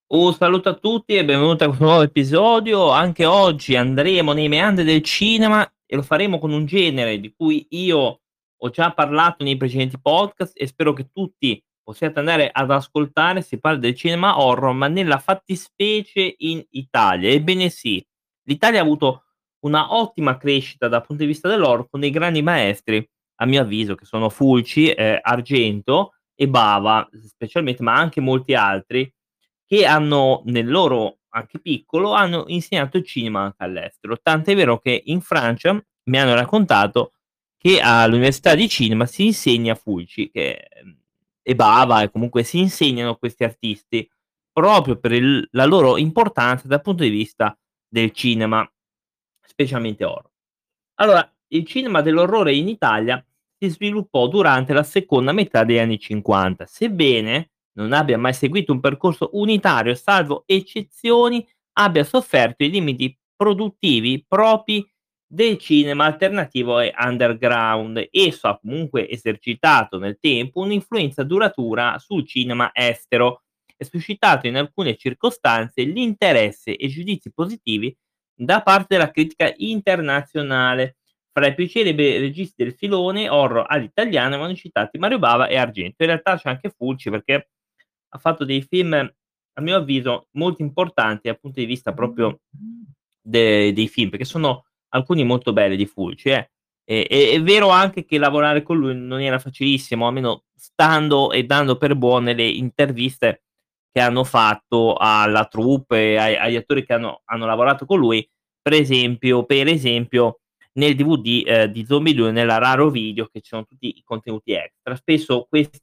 Un saluto a tutti e benvenuti a questo nuovo episodio. Anche oggi andremo nei meandri del cinema e lo faremo con un genere di cui io ho già parlato nei precedenti podcast e spero che tutti possiate andare ad ascoltare. Si parla del cinema horror, ma nella fattispecie in Italia. Ebbene sì, l'Italia ha avuto una ottima crescita dal punto di vista dell'horror con dei grandi maestri, a mio avviso, che sono Fulci, Argento e Bava specialmente, ma anche molti altri che hanno nel loro anche piccolo, hanno insegnato il cinema anche all'estero. Tant'è vero che in Francia mi hanno raccontato che all'università di cinema si insegna Fulci e Bava e comunque si insegnano questi artisti proprio per la loro importanza dal punto di vista del cinema, specialmente horror. Allora, il cinema dell'orrore in Italia si sviluppò durante la seconda metà degli anni '50, sebbene non abbia mai seguito un percorso unitario, salvo eccezioni, abbia sofferto i limiti produttivi propri del cinema alternativo e underground. Esso ha comunque esercitato nel tempo un'influenza duratura sul cinema estero e suscitato in alcune circostanze l'interesse e giudizi positivi da parte della critica internazionale. Fra i più celebri registi del filone horror all'italiana vanno citati Mario Bava e Argento. In realtà c'è anche Fulci perché ha fatto dei film, a mio avviso, molto importanti dal punto di vista proprio dei film, perché sono alcuni molto belli di Fulci, eh. È vero anche che lavorare con lui non era facilissimo, almeno stando e dando per buone le interviste che hanno fatto alla troupe e agli attori che hanno lavorato con lui, per esempio nel DVD, di Zombie 2 nella Raro Video che ci sono tutti i contenuti extra. Spesso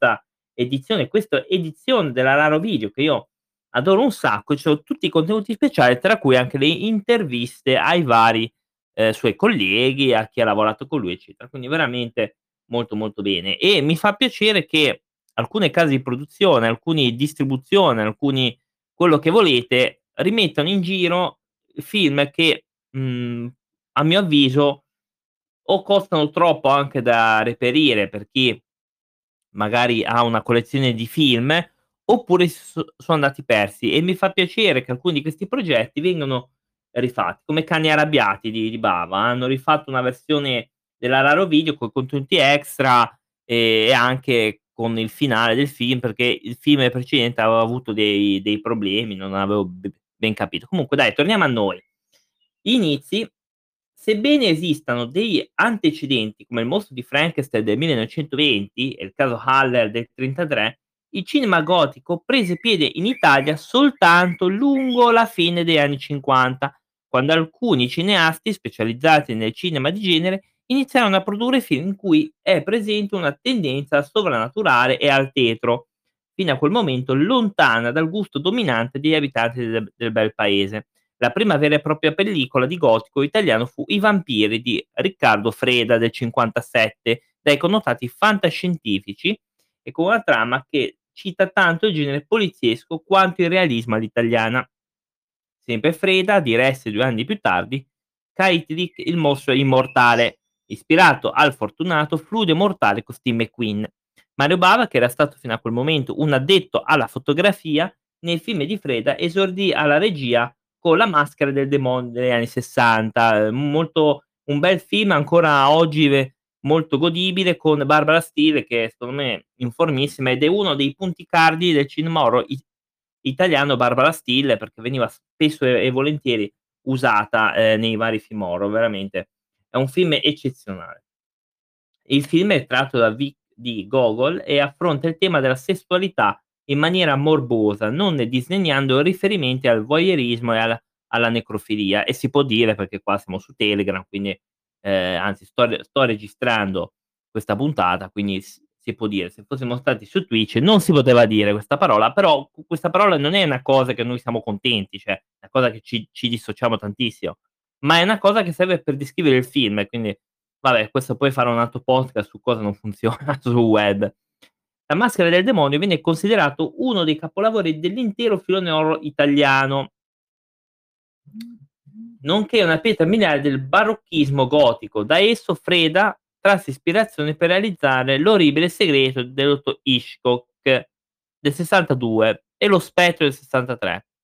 questa edizione della Raro Video, che io adoro un sacco, ci sono tutti i contenuti speciali, tra cui anche le interviste ai vari, suoi colleghi, a chi ha lavorato con lui, eccetera. Quindi veramente molto, molto bene. E mi fa piacere che alcune case di produzione, alcuni distribuzione, alcuni quello che volete, rimettano in giro film che, a mio avviso o costano troppo anche da reperire per chi magari ha una collezione di film, oppure sono andati persi e mi fa piacere che alcuni di questi progetti vengano rifatti, come Cani arrabbiati di Bava. Hanno rifatto una versione della Raro Video con contenuti extra, e anche con il finale del film, perché il film precedente aveva avuto dei problemi, non avevo ben capito. Comunque dai, torniamo a noi. Inizi, sebbene esistano degli antecedenti come Il mostro di Frankenstein del 1920 e il caso Haller del '33, il cinema gotico prese piede in Italia soltanto lungo la fine degli anni '50, quando alcuni cineasti specializzati nel cinema di genere iniziarono a produrre film in cui è presente una tendenza al sovrannaturale e al tetro, fino a quel momento lontana dal gusto dominante degli abitanti del bel paese. La prima vera e propria pellicola di gotico italiano fu I vampiri di Riccardo Freda del '57, dai connotati fantascientifici e con una trama che cita tanto il genere poliziesco quanto il realismo all'italiana. Sempre Freda diresse 2 anni più tardi Kaitlik il mostro immortale, ispirato al fortunato fluido mortale con Steve McQueen. Mario Bava, che era stato fino a quel momento un addetto alla fotografia, nei film di Freda esordì alla regia con La maschera del demonio degli anni '60, molto un bel film ancora oggi molto godibile con Barbara Steele che secondo me è informissima ed è uno dei punti cardini del cinema horror italiano. Barbara Steele, perché veniva spesso e volentieri usata, nei vari film horror, veramente è un film eccezionale. Il film è tratto da Vic di Gogol e affronta il tema della sessualità in maniera morbosa, non disdegnando riferimenti al voyeurismo e alla necrofilia, e si può dire perché qua siamo su Telegram, quindi anzi sto registrando questa puntata, quindi si può dire. Se fossimo stati su Twitch non si poteva dire questa parola, però questa parola non è una cosa che noi siamo contenti, cioè è una cosa che ci dissociamo tantissimo, ma è una cosa che serve per descrivere il film e quindi vabbè, questo poi farò un altro podcast su cosa non funziona sul web. La maschera del demonio viene considerato uno dei capolavori dell'intero filone horror italiano, nonché una pietra miliare del barocchismo gotico. Da esso Freda trasse ispirazione per realizzare L'orribile segreto del dottor Hitchcock del '62 e Lo spettro del '63.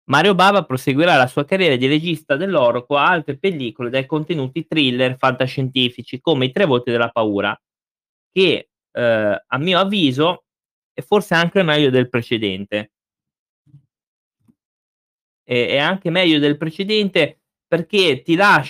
Mario Bava proseguirà la sua carriera di regista dell'horror con altre pellicole dai contenuti thriller fantascientifici, come I 3 volti della paura, che, a mio avviso, è forse anche meglio del precedente. È anche meglio del precedente perché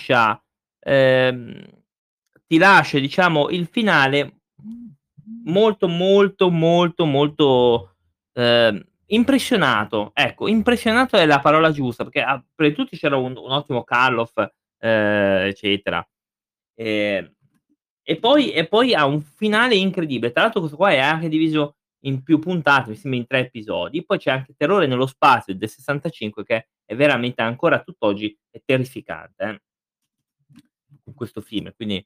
ehm, ti lascia diciamo il finale molto, molto, molto, molto, impressionato. Ecco, impressionato è la parola giusta, perché a prima di tutti c'era un ottimo Karloff, eccetera. Ehm, e poi ha un finale incredibile. Tra l'altro questo qua è anche diviso in più puntate, mi sembra in 3 episodi. Poi c'è anche Terrore nello spazio del '65 che è veramente ancora a tutt'oggi è terrificante, con questo film. Quindi,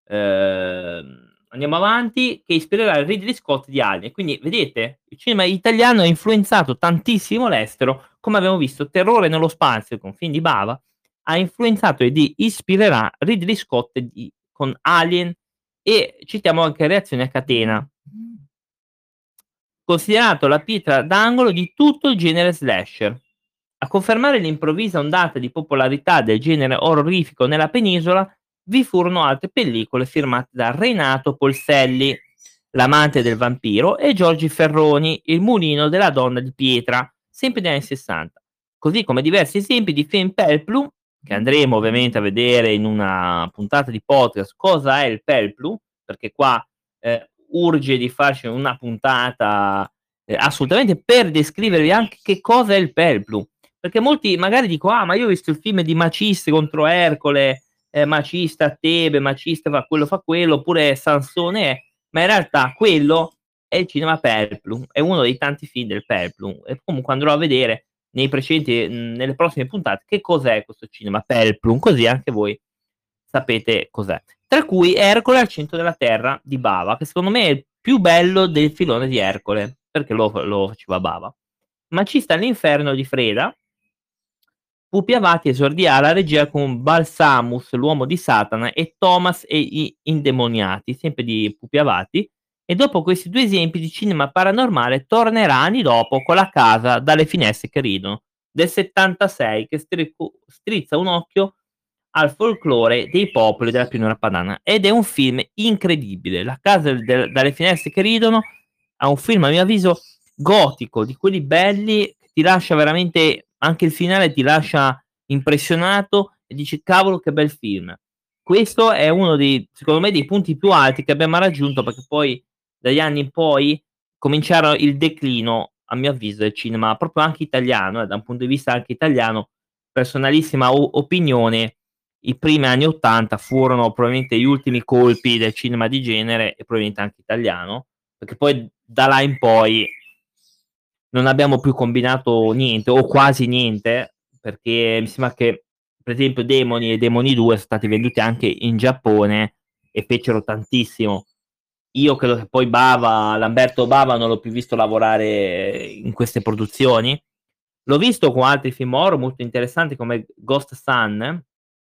andiamo avanti, che ispirerà il Ridley Scott di Alien. Quindi vedete, il cinema italiano ha influenzato tantissimo l'estero, come abbiamo visto Terrore nello spazio con film di Bava, ha influenzato ed ispirerà Ridley Scott con Alien e citiamo anche Reazione a catena. Considerato la pietra d'angolo di tutto il genere slasher. A confermare l'improvvisa ondata di popolarità del genere orrorifico nella penisola, vi furono altre pellicole firmate da Renato Polselli, l'amante del vampiro, e Giorgi Ferroni, il mulino della donna di pietra, sempre negli anni '60, così come diversi esempi di film Pelplum, che andremo ovviamente a vedere in una puntata di podcast cosa è il Pelplum, perché qua urge di farci una puntata, assolutamente per descrivervi anche che cosa è il Pelplum, perché molti magari dicono: "Ah, ma io ho visto il film di Maciste contro Ercole, Maciste a Tebe, Maciste fa quello, oppure Sansone è", ma in realtà quello è il cinema Pelplum, è uno dei tanti film del Pelplum e comunque andrò a vedere nelle prossime puntate che cos'è questo cinema Pelplum, così anche voi sapete cos'è. Tra cui Ercole al centro della terra di Bava, che secondo me è il più bello del filone di Ercole, perché lo faceva Bava. Macista all'inferno di Freda, Pupi Avati esordirà la regia con Balsamus, l'uomo di Satana, e Thomas e gli indemoniati, sempre di Pupi Avati, e dopo questi due esempi di cinema paranormale tornerà anni dopo con La casa dalle finestre che ridono, del '76, che strizza un occhio al folklore dei popoli della pianura padana, ed è un film incredibile. La casa dalle finestre che ridono è un film, a mio avviso, gotico, di quelli belli, che ti lascia veramente, anche il finale ti lascia impressionato e dici: "Cavolo che bel film". Questo è uno dei secondo me, dei punti più alti che abbiamo raggiunto, perché poi dagli anni in poi cominciarono il declino, a mio avviso, del cinema proprio anche italiano, da un punto di vista anche italiano. Personalissima opinione, i primi anni '80 furono probabilmente gli ultimi colpi del cinema di genere e probabilmente anche italiano, perché poi da là in poi non abbiamo più combinato niente o quasi niente, perché mi sembra che per esempio Demoni e Demoni 2 sono stati venduti anche in Giappone e fecero tantissimo. Io credo che poi Lamberto Bava non l'ho più visto lavorare in queste produzioni. L'ho visto con altri film horror molto interessanti come Ghost Sun,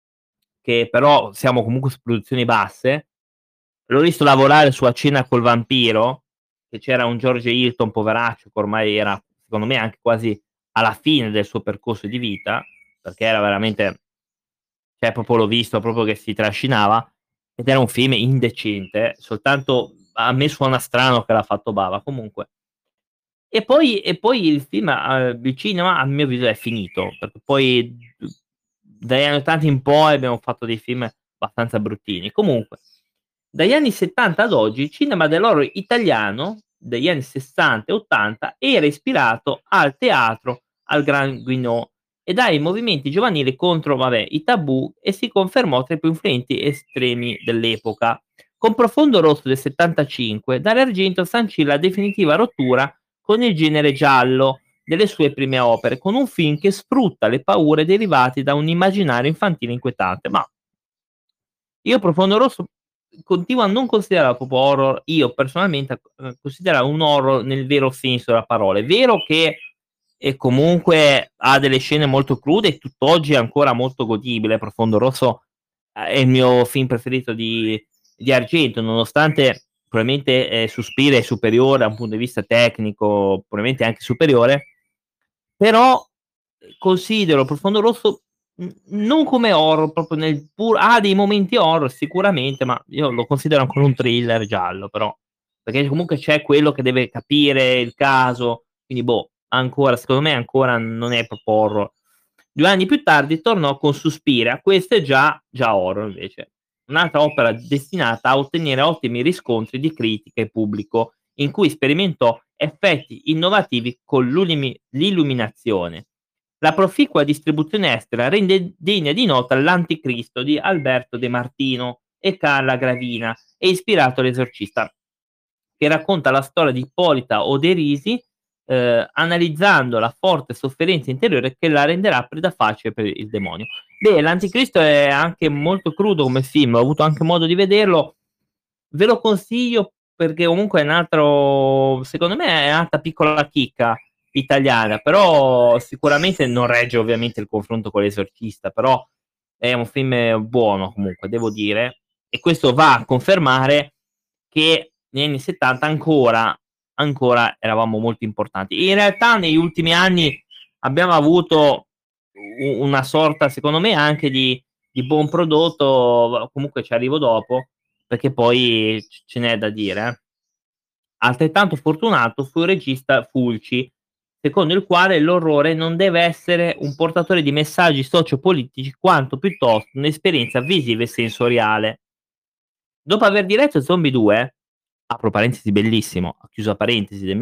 che però siamo comunque su produzioni basse. L'ho visto lavorare su A cena col vampiro, che c'era un George Hilton poveraccio che ormai era, secondo me, anche quasi alla fine del suo percorso di vita, perché era veramente, cioè proprio l'ho visto proprio che si trascinava, ed era un film indecente, soltanto a me suona strano che l'ha fatto Bava, comunque. E poi il film, il cinema a mio avviso è finito, perché poi dagli anni '80 in poi abbiamo fatto dei film abbastanza bruttini. Comunque, dagli anni '70 ad oggi il cinema dell'horror italiano, degli anni '60 e '80, era ispirato al teatro, al Grand Guignol e dai movimenti giovanili contro, vabbè, i tabù, e si confermò tra i più influenti estremi dell'epoca. Con Profondo Rosso del '75, Dario Argento sancì la definitiva rottura con il genere giallo delle sue prime opere, con un film che sfrutta le paure derivate da un immaginario infantile inquietante. Ma io Profondo Rosso continuo a non considerarlo proprio horror, io personalmente considerarlo un horror nel vero senso della parola. È vero che comunque ha delle scene molto crude e tutt'oggi è ancora molto godibile. Profondo Rosso è il mio film preferito di Argento, nonostante probabilmente Suspiria è superiore da un punto di vista tecnico, probabilmente anche superiore, però considero Profondo Rosso non come horror, proprio nel ha dei momenti horror sicuramente, ma io lo considero ancora un thriller giallo però, perché comunque c'è quello che deve capire il caso, quindi boh, ancora secondo me ancora non è proprio horror. 2 anni più tardi tornò con Suspiria, questo è già horror invece. Un'altra opera destinata a ottenere ottimi riscontri di critica e pubblico, in cui sperimentò effetti innovativi con l'illuminazione. La proficua distribuzione estera rende degna di nota L'Anticristo di Alberto De Martino e Carla Gravina e ispirato all'Esorcista, che racconta la storia di Ippolita Oderisi, analizzando la forte sofferenza interiore che la renderà preda facile per il demonio. Beh, L'Anticristo è anche molto crudo come film, ho avuto anche modo di vederlo, ve lo consiglio perché comunque è un altro, secondo me è un'altra piccola chicca italiana, però sicuramente non regge ovviamente il confronto con L'Esorcista, però è un film buono comunque, devo dire, e questo va a confermare che negli anni '70 ancora eravamo molto importanti. In realtà negli ultimi anni abbiamo avuto una sorta, secondo me, anche di buon prodotto, comunque ci arrivo dopo, perché poi ce n'è da dire. Altrettanto fortunato fu il regista Fulci, secondo il quale l'orrore non deve essere un portatore di messaggi sociopolitici, quanto piuttosto un'esperienza visiva e sensoriale. Dopo aver diretto Zombie 2, apro parentesi bellissimo, chiusa parentesi, del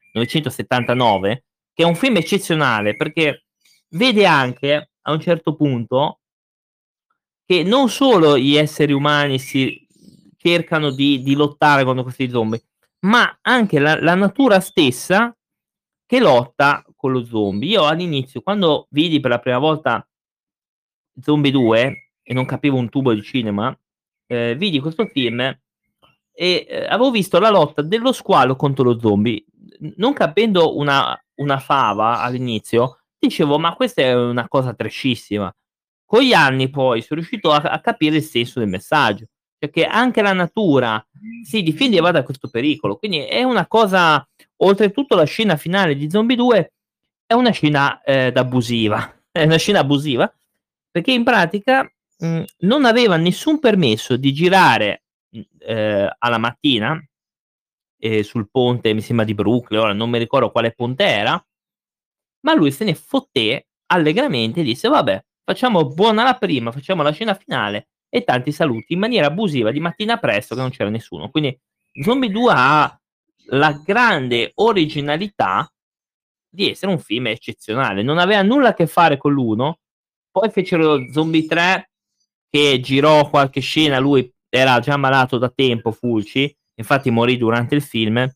1979, che è un film eccezionale perché vede anche a un certo punto che non solo gli esseri umani si cercano di lottare contro questi zombie, ma anche la natura stessa che lotta con lo zombie. Io all'inizio, quando vidi per la prima volta Zombie 2 e non capivo un tubo di cinema, vidi questo film e, avevo visto la lotta dello squalo contro lo zombie. Non capendo una fava all'inizio, dicevo: "Ma questa è una cosa trashissima". Con gli anni poi son riuscito a capire il senso del messaggio, cioè che anche la natura si difendeva da questo pericolo. Quindi è una cosa, oltretutto la scena finale di Zombie 2 è una scena, d'abusiva, è una scena abusiva, perché in pratica, non aveva nessun permesso di girare, alla mattina, sul ponte mi sembra di Brooklyn, ora non mi ricordo quale ponte era, ma lui se ne fotté allegramente e disse: "Vabbè, facciamo buona la prima, facciamo la scena finale e tanti saluti", in maniera abusiva di mattina presto che non c'era nessuno. Quindi Zombie 2 ha la grande originalità di essere un film eccezionale. Non aveva nulla a che fare con l'1, poi fecero Zombie 3 che girò qualche scena, lui era già malato da tempo Fulci, infatti morì durante il film,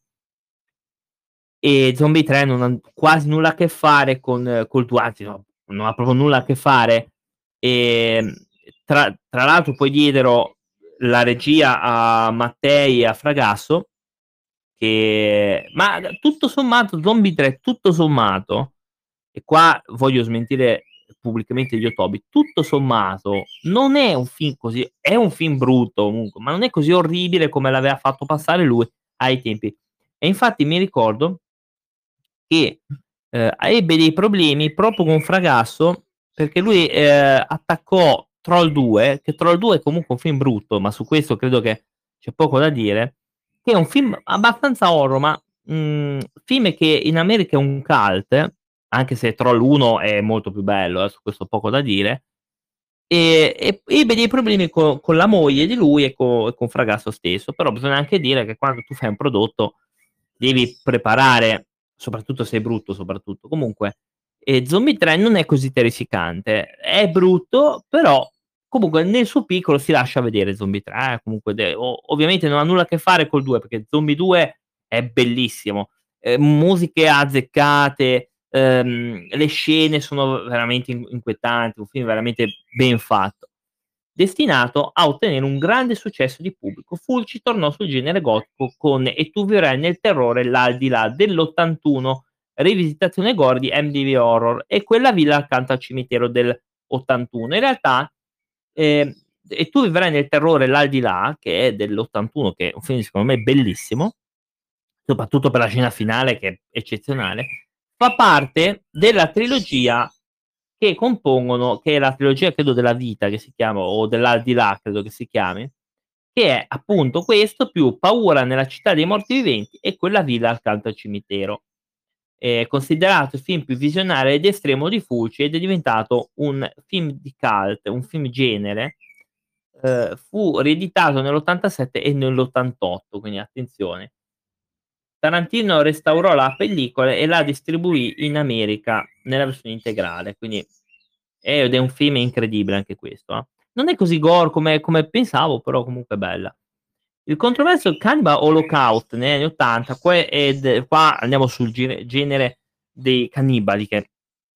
e Zombie 3 non ha quasi nulla a che fare con col 2, anzi no, non ha proprio nulla a che fare. Ehm, tra l'altro poi diedero la regia a Mattei e a Fragasso, che ma tutto sommato Zombie 3, tutto sommato, e qua voglio smentire pubblicamente gli Yotobi, tutto sommato non è un film così, è un film brutto comunque, ma non è così orribile come l'aveva fatto passare lui ai tempi. E infatti mi ricordo che, ebbe dei problemi proprio con Fragasso, perché lui, attaccò Troll 2, che Troll 2 è comunque un film brutto, ma su questo credo che c'è poco da dire, che è un film abbastanza horror, ma, film che in America è un cult, anche se Troll 1 è molto più bello, su questo poco da dire, e ebbe dei problemi con la moglie di lui e con Fragasso stesso, però bisogna anche dire che quando tu fai un prodotto devi preparare, soprattutto se è brutto soprattutto. Comunque, Zombie 3 non è così terrificante, è brutto, però comunque nel suo piccolo si lascia vedere Zombie 3, comunque ovviamente non ha nulla a che fare col 2, perché Zombie 2 è bellissimo, musiche azzeccate, le scene sono veramente inquietanti, un film veramente ben fatto. Destinato a ottenere un grande successo di pubblico, Fulci tornò sul genere gotico con E tu vivrai nel terrore l'aldilà dell'81, rivisitazione gore di MTV Horror, e Quella villa accanto al cimitero del'81. In realtà, ehm, E tu vivrai nel terrore l'aldilà, che è dell'81, che è un film secondo me bellissimo, soprattutto per la scena finale che è eccezionale, fa parte della trilogia che compongono che è la trilogia credo della vita che si chiama, o dell'aldilà credo che si chiami, che è appunto questo, più Paura nella città dei morti viventi e Quella villa accanto al cimitero. È considerato il film più visionario ed estremo di Fulci ed è diventato un film di cult, un film genere. Fu rieditato nell'87 e nell'88, quindi attenzione. Tarantino restaurò la pellicola e la distribuì in America nella versione integrale, quindi ed è un film incredibile anche questo, Non è così gore come pensavo, però comunque è bella. Il controverso Cannibal Holocaust negli anni '80 qua andiamo sul genere dei cannibali che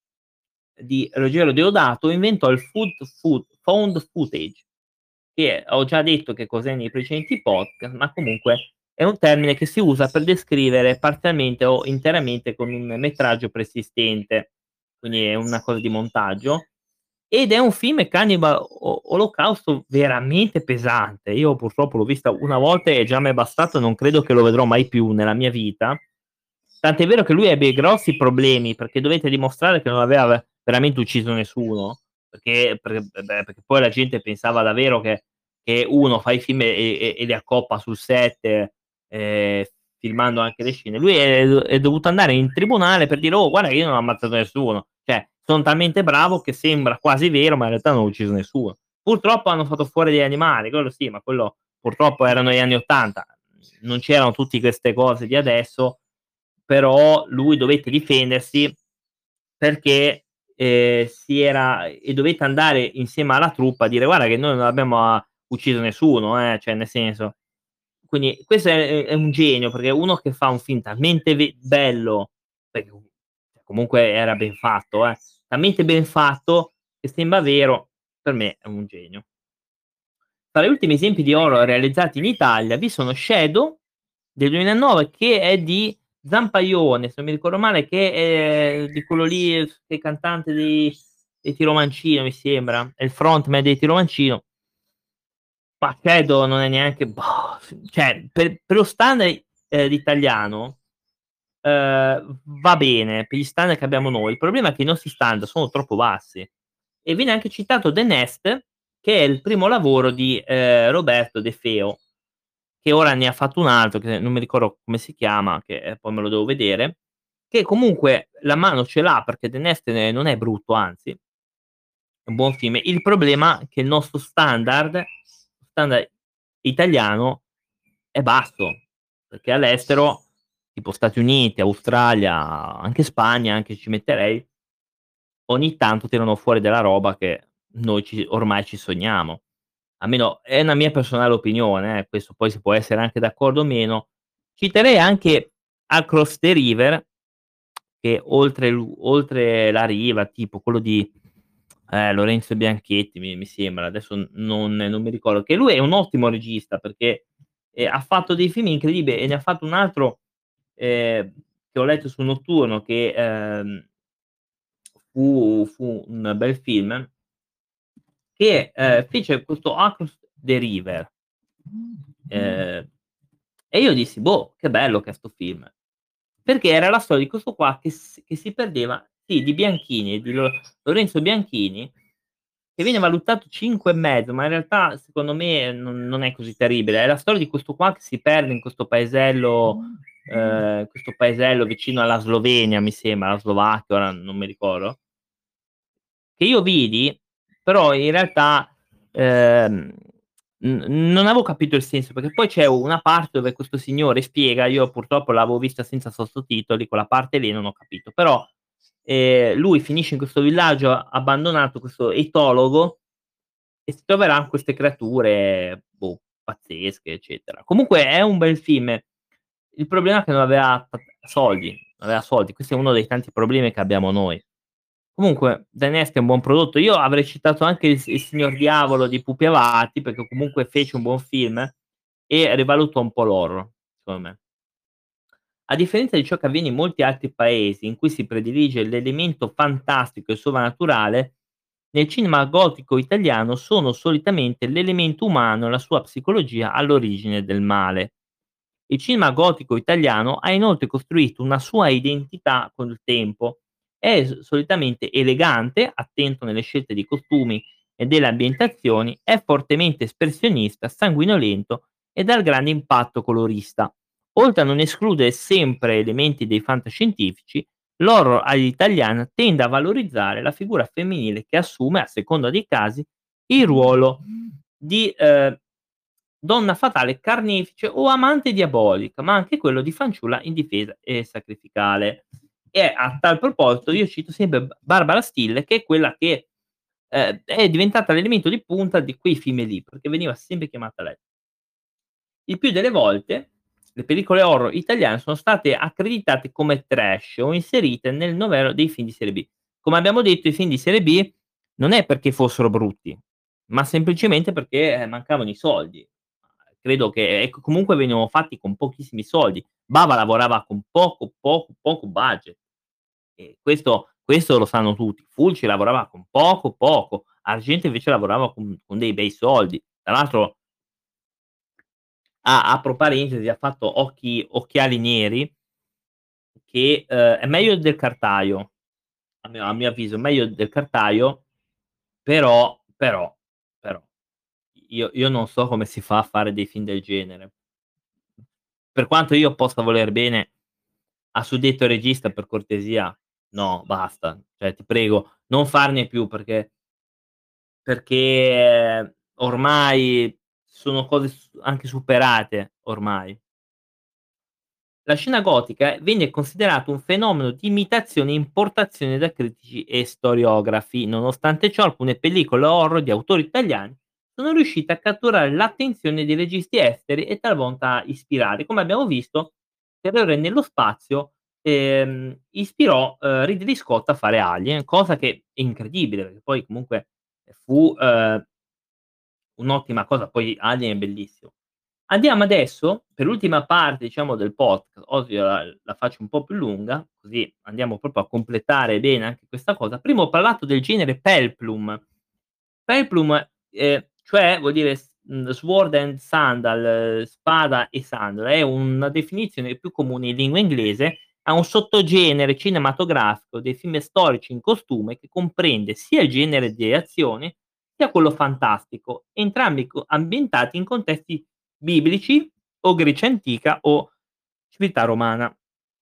di Ruggero Deodato inventò il found footage, che ho già detto che cos'è nei precedenti podcast, ma comunque è un termine che si usa per descrivere parzialmente o interamente con un metraggio preesistente, quindi è una cosa di montaggio, ed è un film Cannibal Olocausto veramente pesante. Io purtroppo l'ho vista una volta e già m'è bastato, non credo che lo vedrò mai più nella mia vita. Tant'è vero che lui ebbe grossi problemi, perché dovette dimostrare che non aveva veramente ucciso nessuno, perché poi la gente pensava davvero che uno fa i film e li accoppa sul set, ehm, filmando anche le scene. Lui è dovuto andare in tribunale per dire: "Oh guarda che io non ho ammazzato nessuno, cioè son talmente bravo che sembra quasi vero, ma in realtà non ho ucciso nessuno". Purtroppo hanno fatto fuori degli animali, quello sì, ma quello purtroppo erano gli anni '80, non c'erano tutti queste cose di adesso, però lui dovette difendersi perché, si era e dovette andare insieme alla troupe a dire: "Guarda che noi non abbiamo ucciso nessuno, cioè nel senso". Quindi questo è un genio, perché uno che fa un film talmente bello, perché comunque era ben fatto, talmente ben fatto che sembra vero, per me è un genio. Tra gli ultimi esempi di horror realizzati in Italia vi sono Shadow del 2009 che è di Zampaione, se non mi ricordo male, che è di quello lì che è cantante dei Tiro Mancino mi sembra, è il frontman dei Tiro Mancino. Ma Shadow non è neanche cioè per lo standard, italiano, va bene, per gli standard che abbiamo noi. Il problema è che i nostri standard sono troppo bassi. E viene anche citato The Nest, che è il primo lavoro di, Roberto De Feo, che ora ne ha fatto un altro che non mi ricordo come si chiama, che, poi me lo devo vedere, che comunque la mano ce l'ha perché The Nest non è brutto, anzi, è un buon film. Il problema è che il nostro standard italiano è basso, perché all'estero, tipo Stati Uniti, Australia, anche Spagna, anche ci metterei, ogni tanto tirano fuori della roba che noi ormai ci sogniamo. Almeno è una mia personale opinione, questo poi si può essere anche d'accordo o meno. Citerei anche Across the River, che oltre la riva, tipo quello di, Lorenzo Bianchetti mi sembra, adesso non mi ricordo, che lui è un ottimo regista perché, ha fatto dei film incredibili e ne ha fatto un altro, che ho letto su Notturno che, fu un bel film che, fece questo Across the River. Ehm, e io dissi: "Boh, che bello che è 'sto film". Perché era la storia di questo qua che si perdeva, sì, di Bianchini, di Lorenzo Bianchini, che viene valutato 5 e mezzo, ma in realtà secondo me non è così terribile. È la storia di questo qua che si perde in questo paesello vicino alla Slovenia, mi sembra, alla Slovacchia, ora non mi ricordo. Che io vidi, però in realtà, ehm, non avevo capito il senso, perché poi c'è una parte dove questo signore spiega, io purtroppo l'avevo vista senza sottotitoli, quella parte lì non ho capito, però, lui finisce in questo villaggio abbandonato, questo etologo, e si troverà queste creature, boh, pazzesche, eccetera. Comunque è un bel film. Il problema è che non aveva non aveva soldi. Questo è uno dei tanti problemi che abbiamo noi. Comunque The Nest è un buon prodotto. Io avrei citato anche il Signor Diavolo di Pupi Avati, perché comunque fece un buon film e rivalutò un po' l'horror, secondo me. A differenza di ciò che avviene in molti altri paesi in cui si predilige l'elemento fantastico e sovrannaturale, nel cinema gotico italiano sono solitamente l'elemento umano e la sua psicologia all'origine del male. Il cinema gotico italiano ha inoltre costruito una sua identità col tempo è solitamente elegante, attento nelle scelte di costumi e delle ambientazioni, è fortemente espressionista, sanguinolento e dal grande impatto colorista. Oltre a non escludere sempre elementi dei fantascientifici, l'horror all'italiana tende a valorizzare la figura femminile che assume, a seconda dei casi, il ruolo di donna fatale, carnefice o amante diabolica, ma anche quello di fanciulla indifesa e sacrificale. E a tal proposito io cito sempre Barbara Steele, che è quella che è diventata l'elemento di punta di quei film lì, perché veniva sempre chiamata lei. Il più delle volte le pellicole horror italiane sono state accreditate come trash o inserite nel novero dei film di serie B. Come abbiamo detto, i film di serie B non è perché fossero brutti, ma semplicemente perché, mancavano i soldi. Credo che comunque venivano fatti con pochissimi soldi. Bava lavorava con poco budget, e questo lo sanno tutti. Fulci lavorava con poco, Argento invece lavorava con dei bei soldi. Tra l'altro, apro parentesi, ha fatto Occhiali neri, che, è meglio del Cartaio, a mio avviso è meglio del Cartaio, però io non so come si fa a fare dei film del genere. Per quanto io possa voler bene a suddetto regista, per cortesia, no, basta. Cioè, ti prego, non farne più, perché ormai sono cose anche superate ormai. La scena gotica venne considerato un fenomeno di imitazione e importazione da critici e storiografi. Nonostante ciò, alcune pellicole horror di autori italiani sono riuscite a catturare l'attenzione dei registi esteri e talvolta a ispirare. Come abbiamo visto, Terrore nello spazio ispirò Ridley Scott a fare Alien, cosa che è incredibile, perché poi comunque fu un'ottima cosa. Poi Alien è bellissimo. Andiamo adesso, per l'ultima parte diciamo del podcast, oggi la faccio un po' più lunga, così andiamo proprio a completare bene anche questa cosa. Prima ho parlato del genere Peplum. Peplum, cioè vuol dire sword and sandal, spada e sandalo, è una definizione più comune in lingua inglese a un sottogenere cinematografico dei film storici in costume che comprende sia il genere di azione sia quello fantastico, entrambi ambientati in contesti biblici o Grecia antica o civiltà romana.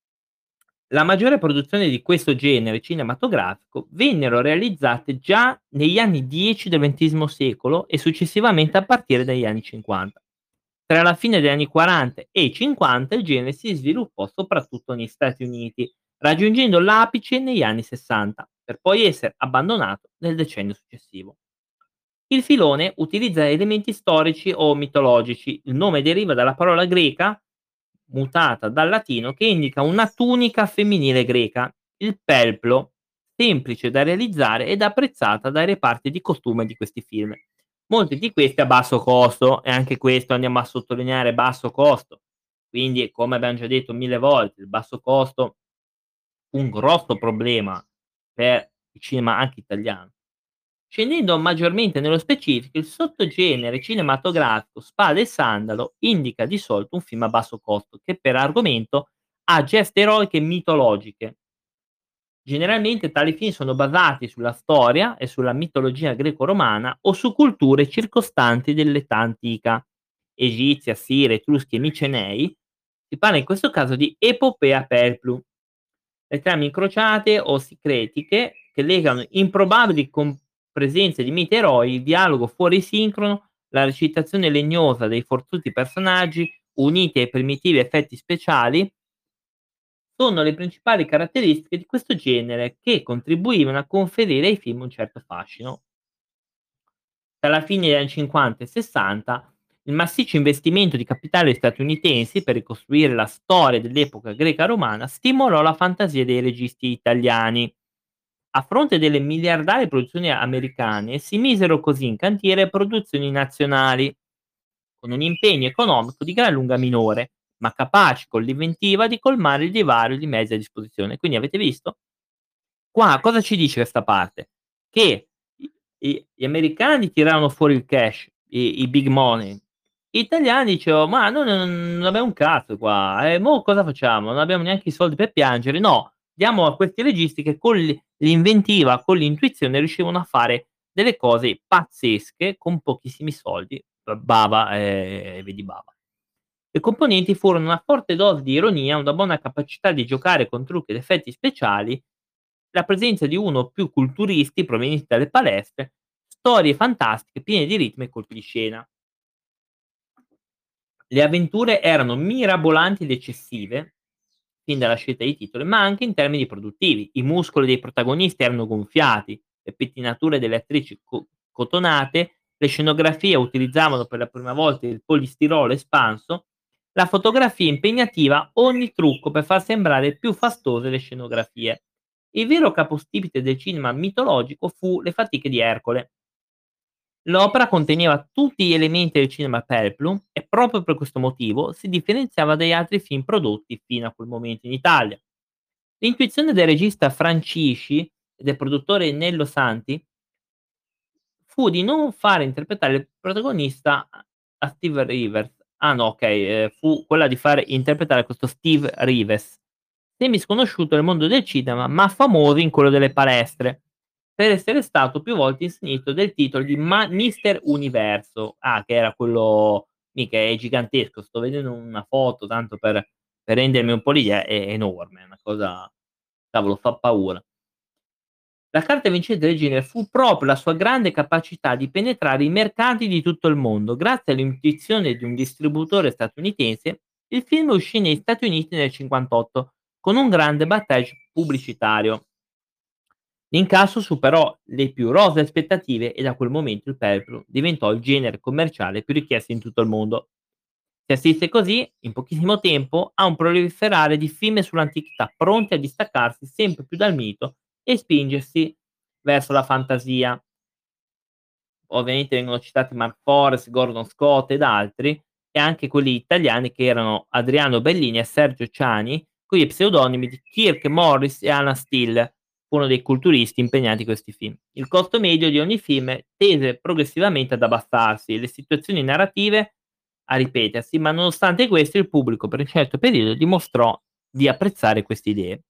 La maggiore produzione di questo genere cinematografico vennero realizzate già negli anni 10 del XX secolo e successivamente a partire dagli anni 50. Tra la fine degli anni 40 e i 50 il genere si sviluppò soprattutto negli Stati Uniti, raggiungendo l'apice negli anni 60, per poi essere abbandonato nel decennio successivo. Il filone utilizza elementi storici o mitologici. Il nome deriva dalla parola greca, mutata dal latino, che indica una tunica femminile greca, il pelplo, semplice da realizzare ed apprezzata dai reparti di costume di questi film. Molti di questi a basso costo, e anche questo andiamo a sottolineare: basso costo. Quindi, come abbiamo già detto mille volte, il basso costo un grosso problema per il cinema anche italiano. Scendendo maggiormente nello specifico, il sottogenere cinematografico spada e sandalo indica di solito un film a basso costo che per argomento ha gesta eroiche mitologiche. Generalmente tali film sono basati sulla storia e sulla mitologia greco-romana o su culture circostanti dell'età antica, egizi, assiri, etruschi e micenei. Si parla in questo caso di epopea perplum, le trame incrociate o sicretiche che legano improbabili compresenze di miti eroi, il dialogo fuori sincrono, la recitazione legnosa dei forzuti personaggi, uniti ai primitivi effetti speciali, sono le principali caratteristiche di questo genere che contribuivano a conferire ai film un certo fascino. Tra la fine degli anni 50 e 60 il massiccio investimento di capitali statunitensi per ricostruire la storia dell'epoca greca-romana stimolò la fantasia dei registi italiani. A fronte delle miliardarie produzioni americane, si misero così in cantiere produzioni nazionali, con un impegno economico di gran lunga minore, ma capaci con l'inventiva di colmare il divario di mezzi a disposizione. Quindi avete visto? Qua cosa ci dice questa parte? Che gli americani tiravano fuori il cash, i big money. Gli italiani dicevano: "Ma noi non abbiamo un cazzo qua, mo cosa facciamo? Non abbiamo neanche i soldi per piangere". No, diamo a questi registi che con l'inventiva, con l'intuizione riuscivano a fare delle cose pazzesche con pochissimi soldi. Bava, vedi Bava. Le componenti furono una forte dose di ironia, una buona capacità di giocare con trucchi ed effetti speciali, la presenza di uno o più culturisti provenienti dalle palestre, storie fantastiche piene di ritmo e colpi di scena. Le avventure erano mirabolanti ed eccessive, fin dalla scelta dei titoli, ma anche in termini produttivi. I muscoli dei protagonisti erano gonfiati, le pettinature delle attrici cotonate, le scenografie utilizzavano per la prima volta il polistirolo espanso, la fotografia impegnativa ogni trucco per far sembrare più fastose le scenografie. Il vero capostipite del cinema mitologico fu Le fatiche di Ercole. L'opera conteneva tutti gli elementi del cinema Peplum e proprio per questo motivo si differenziava dagli altri film prodotti fino a quel momento in Italia. L'intuizione del regista Francisci e del produttore Nello Santi fu di non fare interpretare il protagonista a Steve Rivers. Ah no, okay, fu quella di fare interpretare questo Steve Reeves, semi sconosciuto nel mondo del cinema, ma famoso in quello delle palestre, per essere stato più volte insignito del titolo di Mister Universo. Ah, che era quello mica è gigantesco, sto vedendo una foto tanto per rendermi un po' l'idea, è enorme, è una cosa cavolo, fa paura. La carta vincente del genere fu proprio la sua grande capacità di penetrare i mercati di tutto il mondo. Grazie all'intuizione di un distributore statunitense, il film uscì negli Stati Uniti nel 1958 con un grande battage pubblicitario. L'incasso superò le più rosee aspettative e da quel momento il Pelpro diventò il genere commerciale più richiesto in tutto il mondo. Si assiste così, in pochissimo tempo, a un proliferare di film sull'antichità pronti a distaccarsi sempre più dal mito e spingersi verso la fantasia. Ovviamente vengono citati Mark Forrest, Gordon Scott ed altri, e anche quelli italiani che erano Adriano Bellini e Sergio Ciani, con gli pseudonimi di Kirk Morris e Anna Steele, uno dei culturisti impegnati in questi film. Il costo medio di ogni film tese progressivamente ad abbassarsi e le situazioni narrative a ripetersi, ma nonostante questo il pubblico per un certo periodo dimostrò di apprezzare queste idee.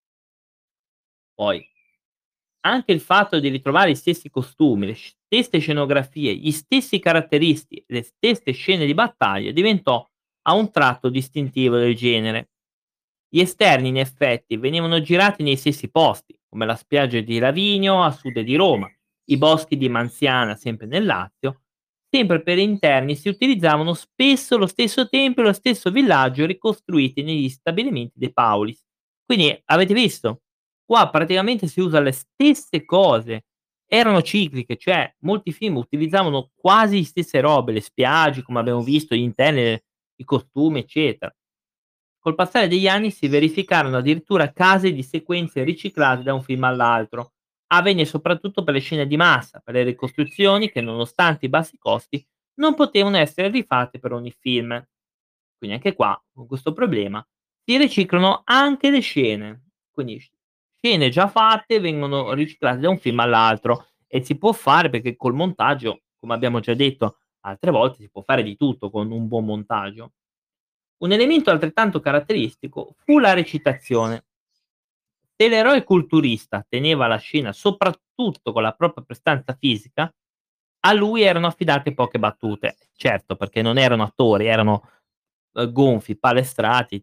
Poi anche il fatto di ritrovare gli stessi costumi, le stesse scenografie, gli stessi caratteristi, le stesse scene di battaglia diventò a un tratto distintivo del genere. Gli esterni, in effetti, venivano girati nei stessi posti, come la spiaggia di Lavigno a sud di Roma, i boschi di Manziana, sempre nel Lazio. Sempre per interni si utilizzavano spesso lo stesso tempio e lo stesso villaggio ricostruiti negli stabilimenti dei Paulis. Quindi avete visto? Qua praticamente si usa le stesse cose. Erano cicliche, cioè molti film utilizzavano quasi le stesse robe, le spiagge, come abbiamo visto, gli interni, i costumi, eccetera. Col passare degli anni si verificarono addirittura casi di sequenze riciclate da un film all'altro. Avvenne soprattutto per le scene di massa, per le ricostruzioni che, nonostante i bassi costi, non potevano essere rifatte per ogni film. Quindi anche qua, con questo problema, si riciclano anche le scene. Quindi scene già fatte vengono riciclate da un film all'altro e si può fare perché col montaggio, come abbiamo già detto altre volte, si può fare di tutto con un buon montaggio. Un elemento altrettanto caratteristico fu la recitazione. Se l'eroe culturista teneva la scena soprattutto con la propria prestanza fisica, a lui erano affidate poche battute. Certo, perché non erano attori, erano gonfi, palestrati.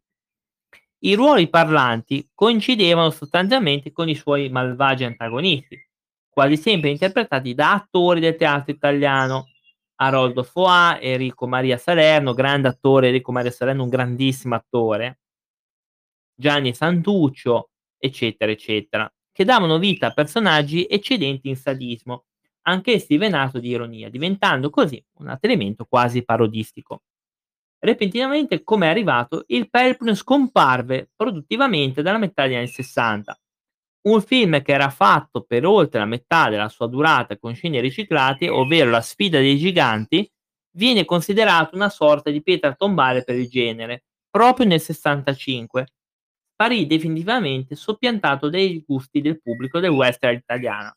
I ruoli parlanti coincidevano sostanzialmente con i suoi malvagi antagonisti, quasi sempre interpretati da attori del teatro italiano. Aroldo Foà, Enrico Maria Salerno, grande attore, Enrico Maria Salerno un grandissimo attore, Gianni Santuccio, eccetera, eccetera, che davano vita a personaggi eccedenti in sadismo, anch'essi venato di ironia, diventando così un altro elemento quasi parodistico. Repentinamente, come è arrivato, il Pelpn scomparve produttivamente dalla metà degli anni '60. Un film che era fatto per oltre la metà della sua durata con scene riciclate, ovvero La sfida dei giganti, viene considerato una sorta di pietra tombale per il genere, proprio nel '65. Sparì definitivamente soppiantato dai gusti del pubblico del western italiano.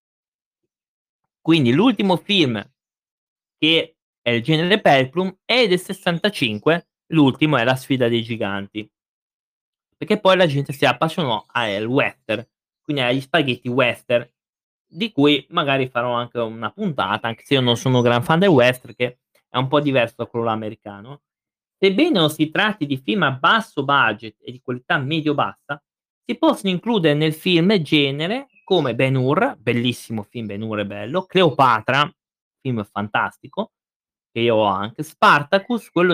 Quindi l'ultimo film che è il genere Pelplum è del '65, l'ultimo è La sfida dei giganti. perché poi la gente si appassionò al western, quindi agli spaghetti western, di cui magari farò anche una puntata, anche se io non sono un gran fan del western, che è un po' diverso da quello americano. Sebbene non si tratti di film a basso budget e di qualità medio-bassa, si possono includere nel film genere come Ben-Hur, bellissimo film, Ben-Hur è bello, Cleopatra, film fantastico, che io ho anche, Spartacus, quello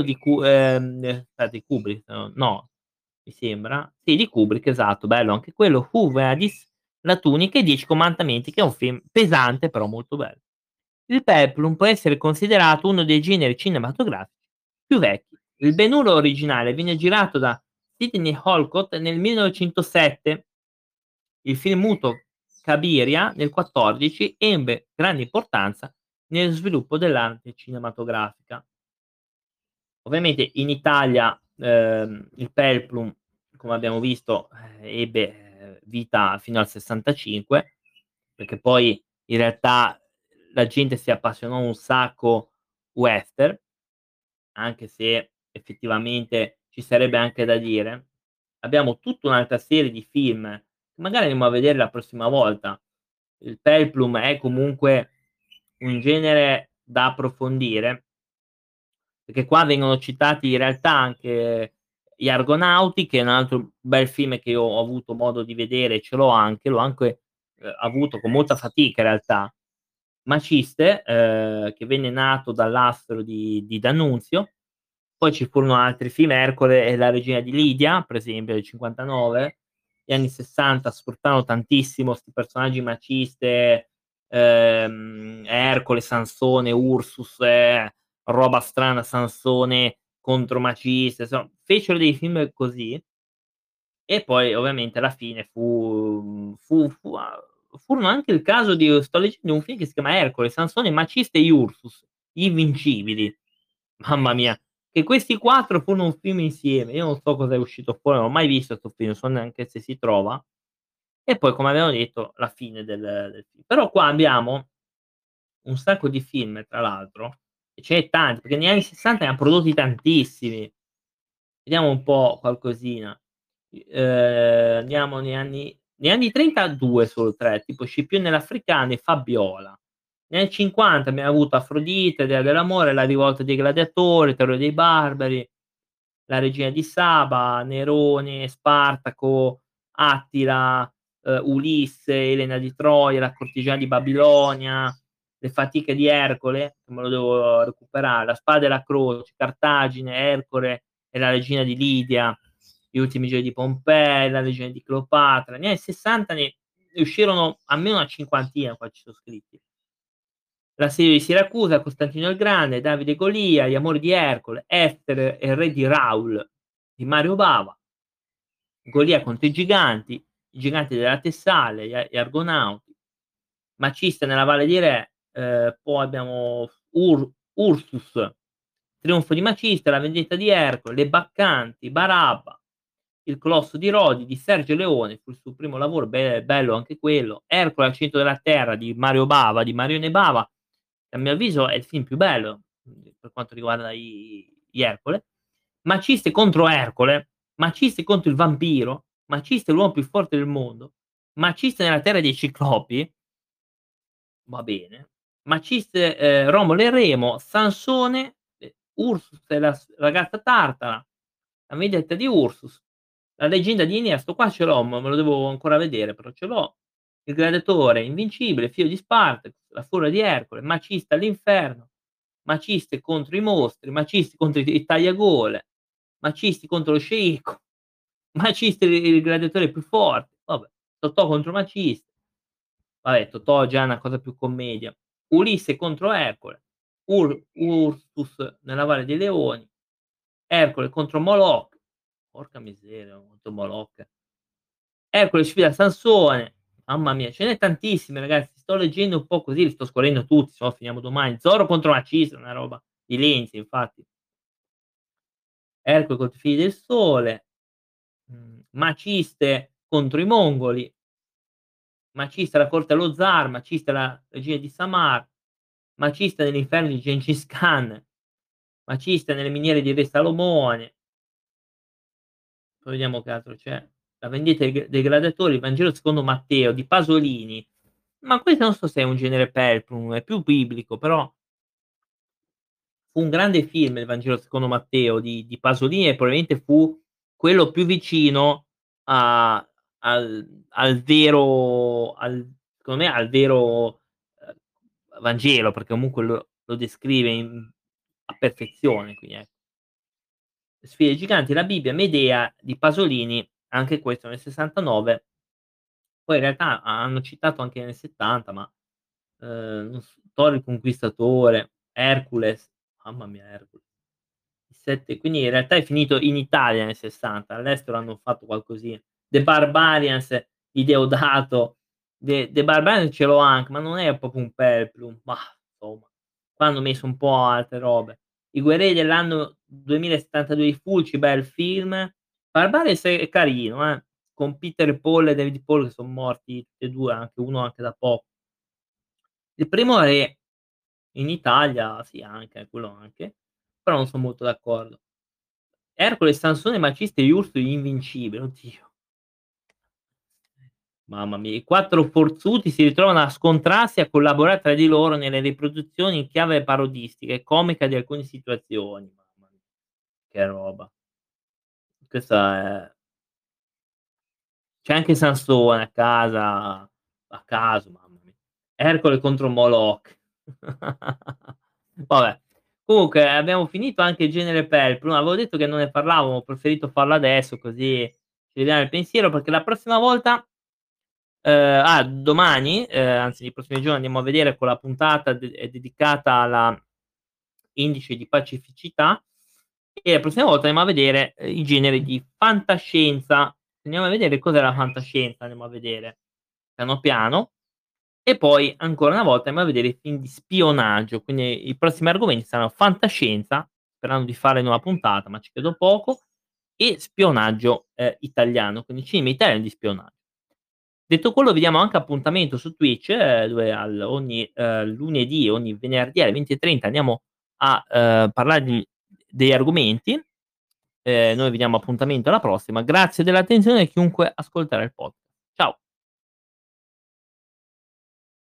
di Kubrick, no, mi sembra, sì di Kubrick, esatto, bello anche quello, Quo Vadis, La tunica e i 10 comandamenti, che è un film pesante però molto bello. Il peplum può essere considerato uno dei generi cinematografici più vecchi. Il Ben-Hur originale viene girato da Sidney Olcott nel 1907. Il film muto Cabiria nel '14 ebbe grande importanza nello sviluppo dell'arte cinematografica. Ovviamente in Italia, il Peplum, come abbiamo visto, ebbe, vita fino al '65, perché poi in realtà la gente si appassionò un sacco western, anche se effettivamente ci sarebbe anche da dire. Abbiamo tutta un'altra serie di film, che magari andremo a vedere la prossima volta. Il Peplum è comunque un genere da approfondire, perché qua vengono citati in realtà anche Gli Argonauti, che è un altro bel film che io ho avuto modo di vedere, ce l'ho anche, avuto con molta fatica in realtà. Maciste, che venne nato dall'astro di D'Annunzio. Poi ci furono altri film, Ercole e la regina di Lidia, per esempio del '59. Gli anni '60 sfruttarono tantissimo 'sti personaggi Maciste, Ercole, Sansone, Ursus, roba strana, Sansone contro Maciste, insomma fecero dei film così, e poi ovviamente alla fine furono anche il caso di, sto leggendo un film che si chiama Ercole, Sansone, Maciste e Ursus, gli invincibili. Mamma mia, che questi 4 furono un film insieme. Io non so cosa è uscito fuori, non ho mai visto 'sto film, non so neanche se si trova. E poi come abbiamo detto la fine del film. Però qua abbiamo un sacco di film tra l'altro, e ce n'è tanti, perché negli anni '60 ne han prodotti tantissimi. Vediamo un po' qualcosina. Andiamo negli anni '30 2 solo, 3, tipo Scipione l'Africano e Fabiola. Nel '50 abbiamo avuto Afrodite, Dea dell'amore, La rivolta dei gladiatori, Il terrore dei barbari, La regina di Saba, Nerone, Spartaco, Attila, Ulisse, Elena di Troia, La cortigiana di Babilonia, Le fatiche di Ercole, che me lo devo recuperare, La spada e la croce, Cartagine, Ercole e la regina di Lidia, Gli ultimi giorni di Pompei, La legione di Cleopatra. Negli anni '60 ne uscirono almeno una cinquantina, qua ci so scritti. L'assedio di Siracusa, Costantino il Grande, Davide e Golia, Gli amori di Ercole, Ester e il re di Raul di Mario Bava, Golia contro i giganti della Tessale, gli Argonauti, Maciste nella Valle di Re, poi abbiamo Ursus, Trionfo di Maciste, La vendetta di Ercole, Le Baccanti, Barabba, Il colosso di Rodi di Sergio Leone, fu il suo primo lavoro, bello anche quello, Ercole al centro della terra di Mario Bava, di Marione Bava, che a mio avviso è il film più bello, per quanto riguarda gli Ercole. Maciste contro Ercole, Maciste contro il vampiro, Maciste l'uomo più forte del mondo, Maciste nella terra dei ciclopi, va bene, Maciste, Romolo e Remo, Sansone, Ursus e la ragazza tartara, La vendetta di Ursus, La leggenda di Enea, 'sto qua ce l'ho, ma me lo devo ancora vedere, però ce l'ho. Il gladiatore, Invincibile, Figlio di Spartacus, La furia di Ercole, Maciste all'inferno, Maciste contro i mostri, Maciste contro i tagliagole, Macisti contro lo sceicco, Maciste il gladiatore più forte, vabbè, Totò contro Maciste, vabbè Totò già è una cosa più commedia, Ulisse contro Ercole, Ursus nella Valle dei Leoni, Ercole contro Moloch, porca miseria contro Moloch, Ercole sfida Sansone, mamma mia, ce n'è tantissimi ragazzi, sto leggendo un po' così, li sto scorrendo tutti, se no finiamo domani. Zorro contro Maciste, una roba di Lenzi infatti. Ercole contro i figli del sole, Maciste contro i mongoli, Maciste alla corte allo zar, Maciste alla regina di Samar, Maciste nell'inferno di Gengis Khan, Maciste nelle miniere di re Salomone, poi vediamo che altro c'è. La vendita dei gladiatori, il Vangelo secondo Matteo di Pasolini, ma questo non so se è un genere Pelplum, è più biblico, però fu un grande film il Vangelo secondo Matteo di Pasolini e probabilmente fu quello più vicino a al vero secondo me al vero, Vangelo, perché comunque lo descrive a perfezione, quindi ecco. Sfide giganti, la Bibbia, Medea di Pasolini, anche questo nel '69, poi in realtà hanno citato anche nel '70, ma, non s Thor il conquistatore, Hercules, mamma mia Hercules. Il 7 quindi in realtà è finito in Italia nel '60, all'estero hanno fatto qualcosina. The Barbarians di Deodato, The Barbarians ce l'ho anche, ma non è proprio un Peplum, mah, insomma. Qua hanno messo un po' altre robe. I guerrieri dell'anno 2072 di Fulci, bel film. Barbarians è carino, con Peter Paul e David Paul che son morti tutti e 2, anche uno anche da poco. Il primo Re in Italia sì anche, quello anche, però non son molto d'accordo. Ercole, Sansone, Maciste e Urso gli invincibili, oddio. Mamma mia, i 4 forzuti si ritrovano a scontrarsi e a collaborare tra di loro nelle riproduzioni in chiave parodistica e comica di alcune situazioni. Mamma mia, che roba. Questa è c'è anche Sansone a casa, a caso, mamma mia. Ercole contro Moloch. Vabbè. Comunque abbiamo finito anche il genere Pelp. No, avevo detto che non ne parlavamo, ho preferito farlo adesso così ci leviamo il pensiero, perché la prossima volta domani, anzi nei prossimi giorni andiamo a vedere quella puntata è dedicata alla indice di pacificità e la prossima volta andiamo a vedere, i generi di fantascienza. Andiamo a vedere cos'è la fantascienza, andiamo a vedere piano piano. E poi ancora una volta andiamo a vedere i film di spionaggio, quindi i prossimi argomenti saranno fantascienza, sperando di fare in una puntata, ma ci credo poco, e spionaggio, italiano, quindi cinema italiano di spionaggio. Detto quello vi diamo anche appuntamento su Twitch, dove ogni, lunedì, ogni venerdì alle 20:30 andiamo a, parlare degli argomenti. Noi vi diamo appuntamento alla prossima. Grazie dell'attenzione a chiunque ascolterà il pod ciao.